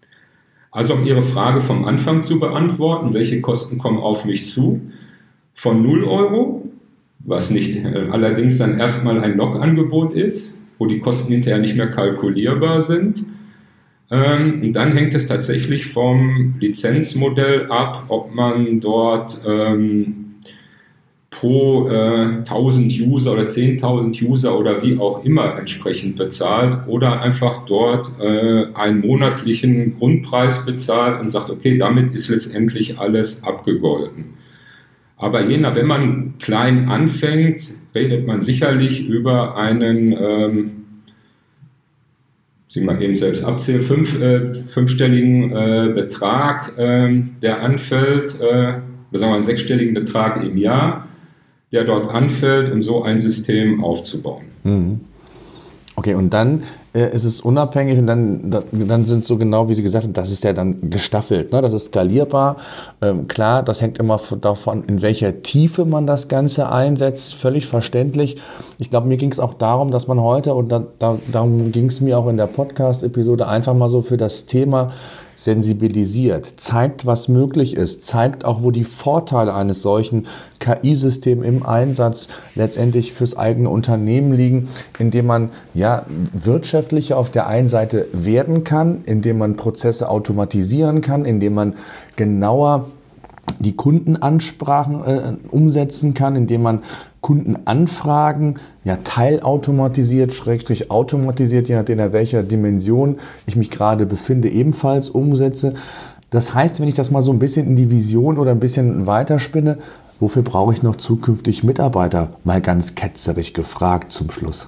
Also um Ihre Frage vom Anfang zu beantworten, welche Kosten kommen auf mich zu? Von null Euro, was nicht äh, allerdings dann erstmal ein Log-Angebot ist, wo die Kosten hinterher nicht mehr kalkulierbar sind. Ähm, und dann hängt es tatsächlich vom Lizenzmodell ab, ob man dort ähm, pro äh, tausend User oder zehntausend User oder wie auch immer entsprechend bezahlt oder einfach dort äh, einen monatlichen Grundpreis bezahlt und sagt, okay, damit ist letztendlich alles abgegolten. Aber je nach, wenn man klein anfängt, redet man sicherlich über einen, ähm, Sie mal eben selbst abzählen, fünf, äh, fünfstelligen äh, Betrag, äh, der anfällt, äh, oder sagen wir einen sechsstelligen Betrag im Jahr, der dort anfällt, um so ein System aufzubauen. Mhm. Okay, und dann äh, ist es unabhängig und dann, da, dann sind es so genau, wie Sie gesagt haben, das ist ja dann gestaffelt, ne? Das ist skalierbar. Ähm, klar, das hängt immer davon, in welcher Tiefe man das Ganze einsetzt, völlig verständlich. Ich glaube, mir ging es auch darum, dass man heute, und da, da, darum ging es mir auch in der Podcast-Episode, einfach mal so für das Thema sensibilisiert, zeigt, was möglich ist, zeigt auch, wo die Vorteile eines solchen K I-Systems im Einsatz letztendlich fürs eigene Unternehmen liegen, indem man ja wirtschaftlicher auf der einen Seite werden kann, indem man Prozesse automatisieren kann, indem man genauer die Kundenansprachen äh, umsetzen kann, indem man Kundenanfragen ja teilautomatisiert, schrägstrich automatisiert, je nachdem in welcher Dimension ich mich gerade befinde, ebenfalls umsetze. Das heißt, wenn ich das mal so ein bisschen in die Vision oder ein bisschen weiterspinne, wofür brauche ich noch zukünftig Mitarbeiter? Mal ganz ketzerisch gefragt zum Schluss.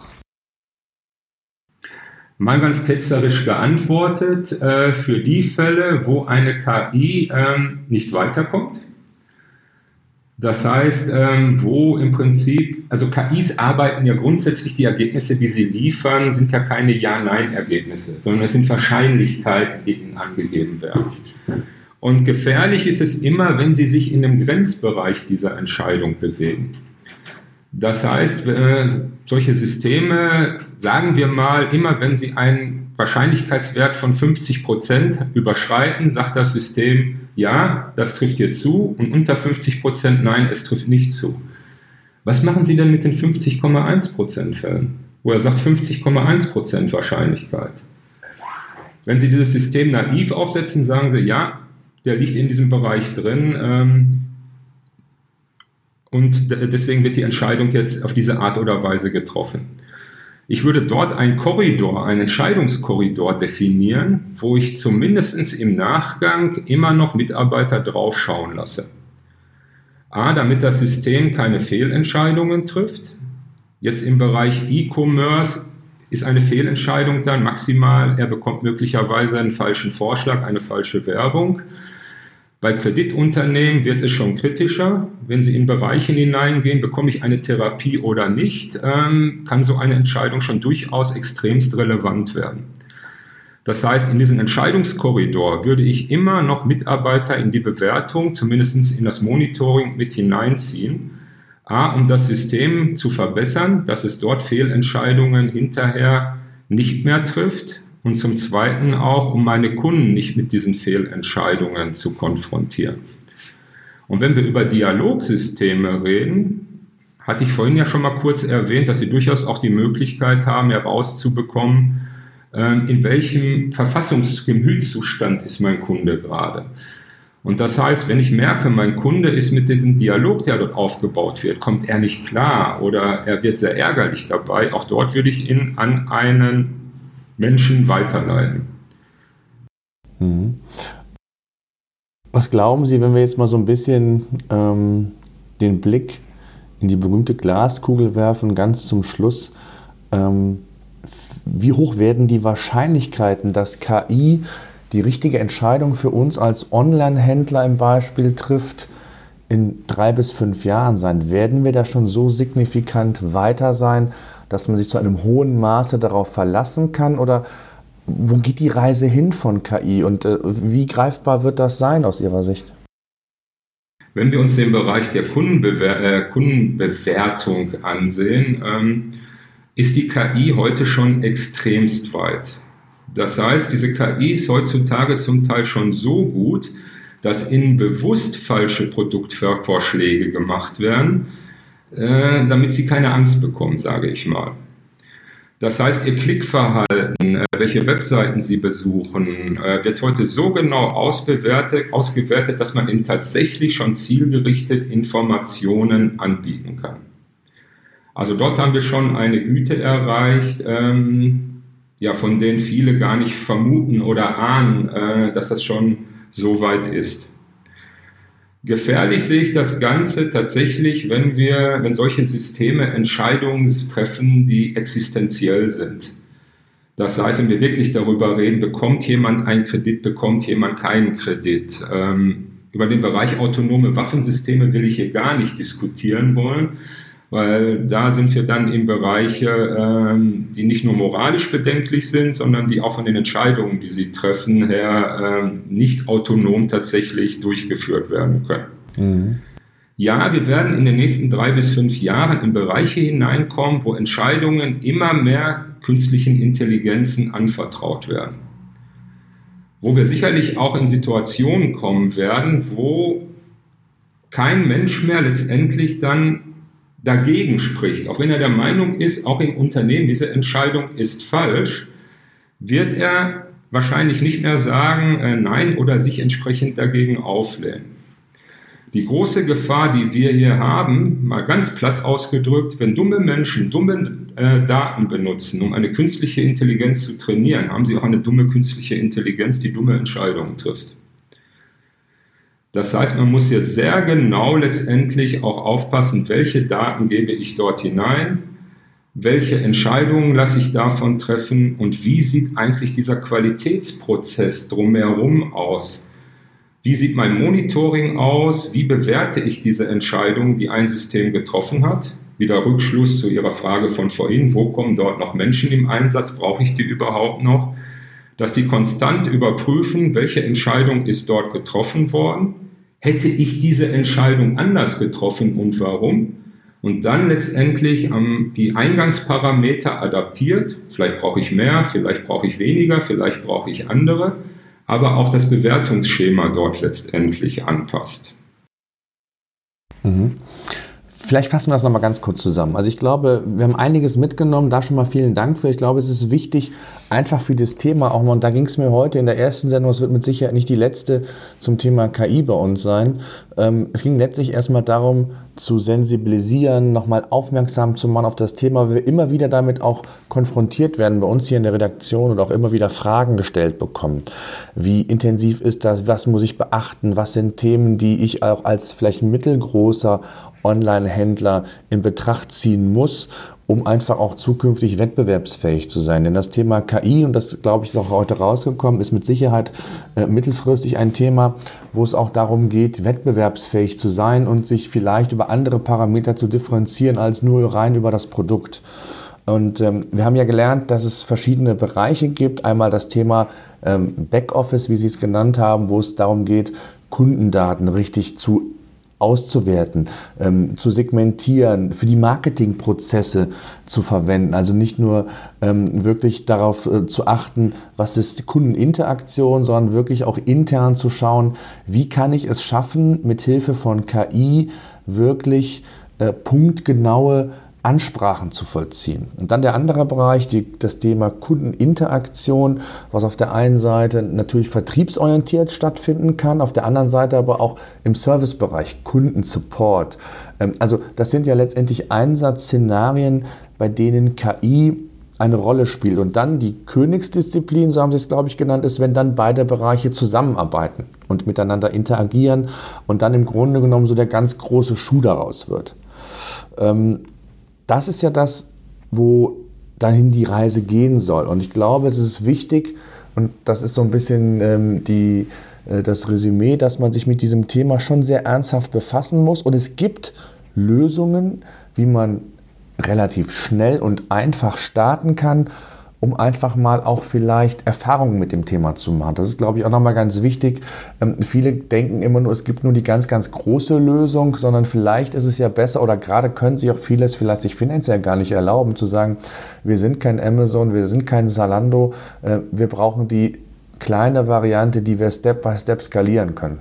Mal ganz ketzerisch geantwortet, äh, für die Fälle, wo eine K I ähm, nicht weiterkommt. Das heißt, ähm, wo im Prinzip, also K Is arbeiten ja grundsätzlich, die Ergebnisse, die sie liefern, sind ja keine Ja-Nein-Ergebnisse, sondern es sind Wahrscheinlichkeiten, die ihnen angegeben werden. Und gefährlich ist es immer, wenn sie sich in dem Grenzbereich dieser Entscheidung bewegen. Das heißt, äh, solche Systeme, sagen wir mal, immer wenn sie einen Wahrscheinlichkeitswert von fünfzig Prozent überschreiten, sagt das System, ja, das trifft dir zu, und unter fünfzig Prozent nein, es trifft nicht zu. Was machen Sie denn mit den fünfzig Komma eins Prozent Fällen, wo er sagt fünfzig Komma eins Prozent Wahrscheinlichkeit? Wenn Sie dieses System naiv aufsetzen, sagen Sie, ja, der liegt in diesem Bereich drin, ähm, und deswegen wird die Entscheidung jetzt auf diese Art oder Weise getroffen. Ich würde dort einen Korridor, einen Entscheidungskorridor definieren, wo ich zumindest im Nachgang immer noch Mitarbeiter draufschauen lasse. A, damit das System keine Fehlentscheidungen trifft. Jetzt im Bereich E-Commerce ist eine Fehlentscheidung dann maximal, er bekommt möglicherweise einen falschen Vorschlag, eine falsche Werbung. Bei Kreditunternehmen wird es schon kritischer. Wenn Sie in Bereiche hineingehen, bekomme ich eine Therapie oder nicht, ähm, kann so eine Entscheidung schon durchaus extremst relevant werden. Das heißt, in diesen Entscheidungskorridor würde ich immer noch Mitarbeiter in die Bewertung, zumindest in das Monitoring mit hineinziehen. A, um das System zu verbessern, dass es dort Fehlentscheidungen hinterher nicht mehr trifft. Und zum Zweiten auch, um meine Kunden nicht mit diesen Fehlentscheidungen zu konfrontieren. Und wenn wir über Dialogsysteme reden, hatte ich vorhin ja schon mal kurz erwähnt, dass Sie durchaus auch die Möglichkeit haben, herauszubekommen, in welchem Verfassungsgemütszustand ist mein Kunde gerade. Und das heißt, wenn ich merke, mein Kunde ist mit diesem Dialog, der dort aufgebaut wird, kommt er nicht klar oder er wird sehr ärgerlich dabei, auch dort würde ich ihn an einen Menschen weiterleiten. Mhm. Was glauben Sie, wenn wir jetzt mal so ein bisschen ähm, den Blick in die berühmte Glaskugel werfen, ganz zum Schluss, ähm, wie hoch werden die Wahrscheinlichkeiten, dass K I die richtige Entscheidung für uns als Online-Händler im Beispiel trifft, in drei bis fünf Jahren sein? Werden wir da schon so signifikant weiter sein, dass man sich zu einem hohen Maße darauf verlassen kann? Oder wo geht die Reise hin von K I und äh, wie greifbar wird das sein aus Ihrer Sicht? Wenn wir uns den Bereich der Kundenbewer- äh, Kundenbewertung ansehen, ähm, ist die K I heute schon extremst weit. Das heißt, diese K I ist heutzutage zum Teil schon so gut, dass ihnen bewusst falsche Produktvorschläge gemacht werden, äh, damit sie keine Angst bekommen, sage ich mal. Das heißt, ihr Klickverhalten, äh, welche Webseiten sie besuchen, äh, wird heute so genau ausbewertet, ausgewertet, dass man ihnen tatsächlich schon zielgerichtet Informationen anbieten kann. Also dort haben wir schon eine Güte erreicht, ähm, ja, von denen viele gar nicht vermuten oder ahnen, äh, dass das schon so weit ist. Gefährlich sehe ich das Ganze tatsächlich, wenn wir, wenn solche Systeme Entscheidungen treffen, die existenziell sind. Das heißt, wenn wir wirklich darüber reden, bekommt jemand einen Kredit, bekommt jemand keinen Kredit. Ähm, über den Bereich autonome Waffensysteme will ich hier gar nicht diskutieren wollen, weil da sind wir dann in Bereiche, ähm, die nicht nur moralisch bedenklich sind, sondern die auch von den Entscheidungen, die sie treffen, her ähm, nicht autonom tatsächlich durchgeführt werden können. Mhm. Ja, wir werden in den nächsten drei bis fünf Jahren in Bereiche hineinkommen, wo Entscheidungen immer mehr künstlichen Intelligenzen anvertraut werden. Wo wir sicherlich auch in Situationen kommen werden, wo kein Mensch mehr letztendlich dann dagegen spricht. Auch wenn er der Meinung ist, auch im Unternehmen, diese Entscheidung ist falsch, wird er wahrscheinlich nicht mehr sagen, äh, nein oder sich entsprechend dagegen auflehnen. Die große Gefahr, die wir hier haben, mal ganz platt ausgedrückt, wenn dumme Menschen dumme äh, Daten benutzen, um eine künstliche Intelligenz zu trainieren, haben sie auch eine dumme künstliche Intelligenz, die dumme Entscheidungen trifft. Das heißt, man muss hier sehr genau letztendlich auch aufpassen, welche Daten gebe ich dort hinein, welche Entscheidungen lasse ich davon treffen und wie sieht eigentlich dieser Qualitätsprozess drumherum aus? Wie sieht mein Monitoring aus? Wie bewerte ich diese Entscheidung, die ein System getroffen hat? Wieder Rückschluss zu Ihrer Frage von vorhin, wo kommen dort noch Menschen im Einsatz? Brauche ich die überhaupt noch? Dass die konstant überprüfen, welche Entscheidung ist dort getroffen worden? Hätte ich diese Entscheidung anders getroffen und warum? Und dann letztendlich ähm, die Eingangsparameter adaptiert. Vielleicht brauche ich mehr, vielleicht brauche ich weniger, vielleicht brauche ich andere. Aber auch das Bewertungsschema dort letztendlich anpasst. Mhm. Vielleicht fassen wir das nochmal ganz kurz zusammen. Also ich glaube, wir haben einiges mitgenommen, da schon mal vielen Dank für. Ich glaube, es ist wichtig, einfach für das Thema auch mal, und da ging es mir heute in der ersten Sendung, es wird mit Sicherheit nicht die letzte zum Thema K I bei uns sein. Ähm, es ging letztlich erstmal darum, zu sensibilisieren, nochmal aufmerksam zu machen auf das Thema, weil wir immer wieder damit auch konfrontiert werden, bei uns hier in der Redaktion und auch immer wieder Fragen gestellt bekommen. Wie intensiv ist das? Was muss ich beachten? Was sind Themen, die ich auch als vielleicht mittelgroßer Online-Händler in Betracht ziehen muss, um einfach auch zukünftig wettbewerbsfähig zu sein? Denn das Thema K I, und das glaube ich ist auch heute rausgekommen, ist mit Sicherheit äh, mittelfristig ein Thema, wo es auch darum geht, wettbewerbsfähig zu sein und sich vielleicht über andere Parameter zu differenzieren als nur rein über das Produkt. Und ähm, wir haben ja gelernt, dass es verschiedene Bereiche gibt. Einmal das Thema ähm, Backoffice, wie Sie es genannt haben, wo es darum geht, Kundendaten richtig zu auszuwerten, ähm, zu segmentieren, für die Marketingprozesse zu verwenden. Also nicht nur ähm, wirklich darauf äh, zu achten, was ist die Kundeninteraktion, sondern wirklich auch intern zu schauen, wie kann ich es schaffen, mit Hilfe von K I wirklich äh, punktgenaue Ansprachen zu vollziehen. Und dann der andere Bereich, die, das Thema Kundeninteraktion, was auf der einen Seite natürlich vertriebsorientiert stattfinden kann, auf der anderen Seite aber auch im Servicebereich, Kundensupport. Also das sind ja letztendlich Einsatzszenarien, bei denen K I eine Rolle spielt. Und dann die Königsdisziplin, so haben Sie es, glaube ich, genannt, ist, wenn dann beide Bereiche zusammenarbeiten und miteinander interagieren und dann im Grunde genommen so der ganz große Schuh daraus wird. Das ist ja das, wo dahin die Reise gehen soll. Und ich glaube, es ist wichtig, und das ist so ein bisschen ähm, die, äh, das Resümee, dass man sich mit diesem Thema schon sehr ernsthaft befassen muss. Und es gibt Lösungen, wie man relativ schnell und einfach starten kann, um einfach mal auch vielleicht Erfahrungen mit dem Thema zu machen. Das ist, glaube ich, auch nochmal ganz wichtig. Ähm, viele denken immer nur, es gibt nur die ganz, ganz große Lösung, sondern vielleicht ist es ja besser oder gerade können sich auch vieles vielleicht sich finanziell gar nicht erlauben, zu sagen, wir sind kein Amazon, wir sind kein Zalando, äh, wir brauchen die kleine Variante, die wir Step by Step skalieren können.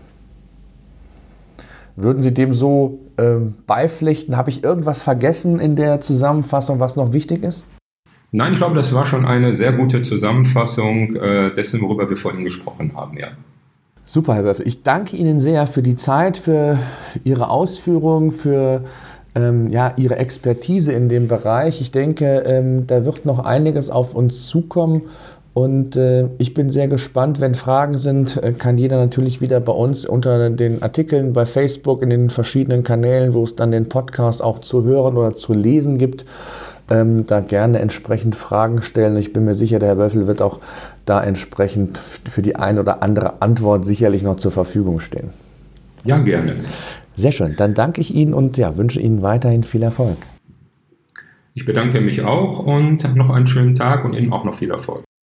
Würden Sie dem so äh, beipflichten? Habe ich irgendwas vergessen in der Zusammenfassung, was noch wichtig ist? Nein, ich glaube, das war schon eine sehr gute Zusammenfassung äh, dessen, worüber wir vorhin gesprochen haben, ja. Super, Herr Wölfel. Ich danke Ihnen sehr für die Zeit, für Ihre Ausführungen, für ähm, ja, Ihre Expertise in dem Bereich. Ich denke, ähm, da wird noch einiges auf uns zukommen. Und äh, ich bin sehr gespannt, wenn Fragen sind, äh, kann jeder natürlich wieder bei uns unter den Artikeln bei Facebook in den verschiedenen Kanälen, wo es dann den Podcast auch zu hören oder zu lesen gibt, ähm, da gerne entsprechend Fragen stellen. Ich bin mir sicher, der Herr Wölfel wird auch da entsprechend für die ein oder andere Antwort sicherlich noch zur Verfügung stehen. Ja, gerne. Sehr schön. Dann danke ich Ihnen und ja, wünsche Ihnen weiterhin viel Erfolg. Ich bedanke mich auch und noch einen schönen Tag und Ihnen auch noch viel Erfolg.